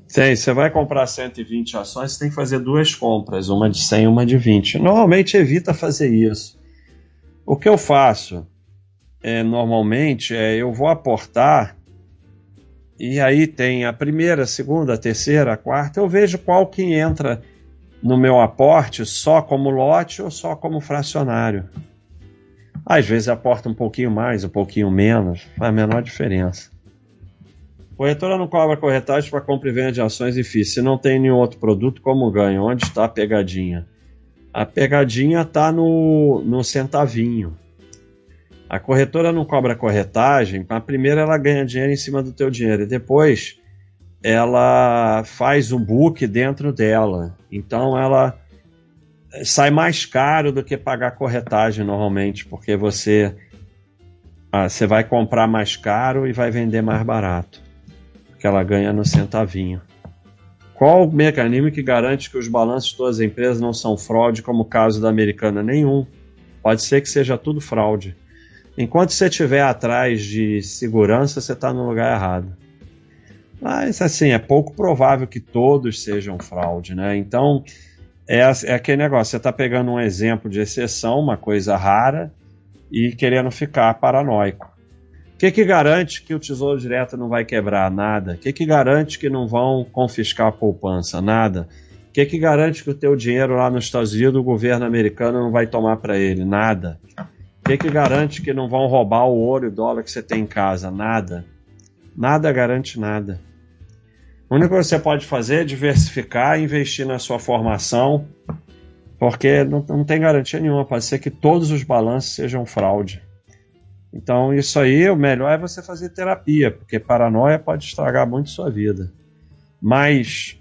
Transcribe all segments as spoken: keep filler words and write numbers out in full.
Sim, você vai comprar cento e vinte ações, você tem que fazer duas compras, uma de cem e uma de vinte. Normalmente evita fazer isso. O que eu faço, é, normalmente, é eu vou aportar e aí tem a primeira, a segunda, a terceira, a quarta, eu vejo qual que entra no meu aporte só como lote ou só como fracionário. Às vezes aporta um pouquinho mais, um pouquinho menos, faz a menor diferença. Corretora não cobra corretagem para compra e venda de ações e F I I. Se não tem nenhum outro produto, como ganha? Onde está a pegadinha? A pegadinha está no, no centavinho. A corretora não cobra corretagem, mas primeiro ela ganha dinheiro em cima do teu dinheiro e depois ela faz o book dentro dela. Então ela sai mais caro do que pagar corretagem normalmente, porque você, ah, você vai comprar mais caro e vai vender mais barato, porque ela ganha no centavinho. Qual o mecanismo que garante que os balanços de todas as empresas não são fraude, como o caso da Americana? Nenhum. Pode ser que seja tudo fraude. Enquanto você estiver atrás de segurança, você está no lugar errado. Mas, assim, é pouco provável que todos sejam fraude, né? Então, é, é aquele negócio, você está pegando um exemplo de exceção, uma coisa rara, e querendo ficar paranoico. O que que garante que o Tesouro Direto não vai quebrar? Nada. O que que garante que não vão confiscar a poupança? Nada. O que que garante que o teu dinheiro lá nos Estados Unidos, o governo americano não vai tomar para ele? Nada. O que que garante que não vão roubar o ouro e o dólar que você tem em casa? Nada. Nada garante nada. O único que você pode fazer é diversificar e investir na sua formação, porque não, não tem garantia nenhuma. Pode ser que todos os balanços sejam fraude. Então isso aí, o melhor é você fazer terapia, porque paranoia pode estragar muito sua vida. Mas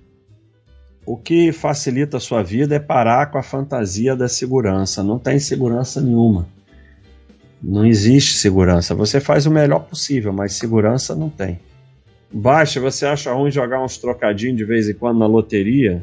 o que facilita a sua vida é parar com a fantasia da segurança. Não tem segurança nenhuma. Não existe segurança. Você faz o melhor possível, mas segurança não tem. Baixa, você acha ruim jogar uns trocadinhos de vez em quando na loteria?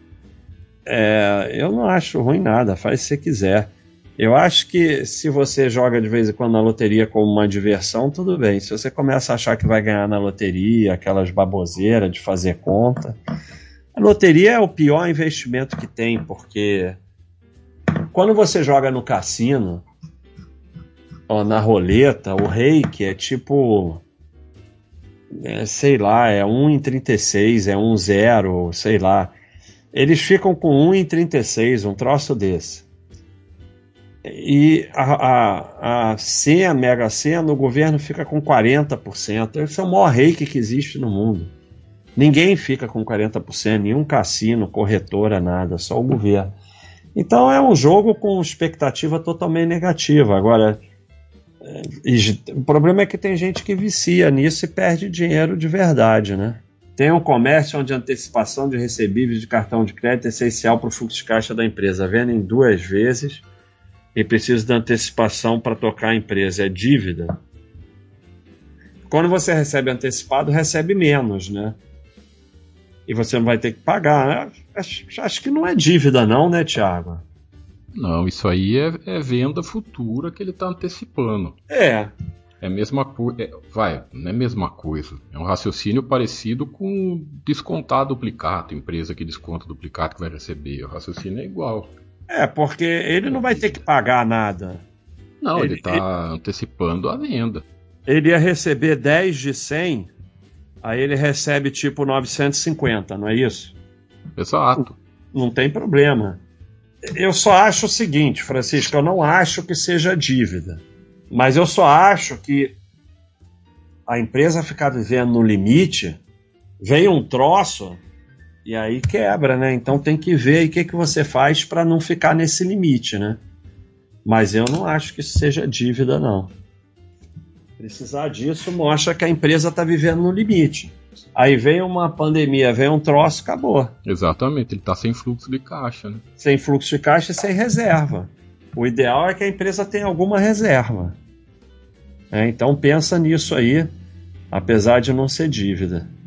É, eu não acho ruim nada, faz se você quiser. Eu acho que se você joga de vez em quando na loteria como uma diversão, tudo bem. Se você começa a achar que vai ganhar na loteria, aquelas baboseiras de fazer conta... A loteria é o pior investimento que tem, porque quando você joga no cassino, ou na roleta, o reiki é tipo... É, sei lá, é um em trinta e seis, é um zero, sei lá. Eles ficam com um em trinta e seis, um troço desse. E a, a, a senha, a mega senha, o governo fica com quarenta por cento. Esse é o maior reiki que existe no mundo. Ninguém fica com quarenta por cento, nenhum cassino, corretora, nada, só o governo. Então é um jogo com expectativa totalmente negativa. Agora, o problema é que tem gente que vicia nisso e perde dinheiro de verdade, né? Tem um comércio onde a antecipação de recebíveis de cartão de crédito é essencial para o fluxo de caixa da empresa. Vendem duas vezes e precisa de antecipação para tocar a empresa. É dívida. Quando você recebe antecipado, recebe menos, né? E você não vai ter que pagar. Acho, acho que não é dívida não, né, Thiago? Não, isso aí é, é venda futura que ele está antecipando. É. É a mesma coisa. É, vai, não é a mesma coisa. É um raciocínio parecido com descontar duplicado, empresa que desconta duplicado que vai receber. O raciocínio é igual. É, porque ele não vai ter que pagar nada. Não, ele está antecipando a venda. Ele ia receber dez de cem, aí ele recebe tipo novecentos e cinquenta, não é isso? Exato. Não, não tem problema. Eu só acho o seguinte, Francisco, eu não acho que seja dívida, mas eu só acho que a empresa ficar vivendo no limite, vem um troço e aí quebra, né? Então tem que ver aí o que, que você faz para não ficar nesse limite, né? Mas eu não acho que isso seja dívida, não. Precisar disso mostra que a empresa está vivendo no limite. Aí vem uma pandemia, vem um troço, acabou. Exatamente, ele está sem fluxo de caixa, né? Sem fluxo de caixa e sem reserva. O ideal é que a empresa tenha alguma reserva. É, então pensa nisso aí, apesar de não ser dívida.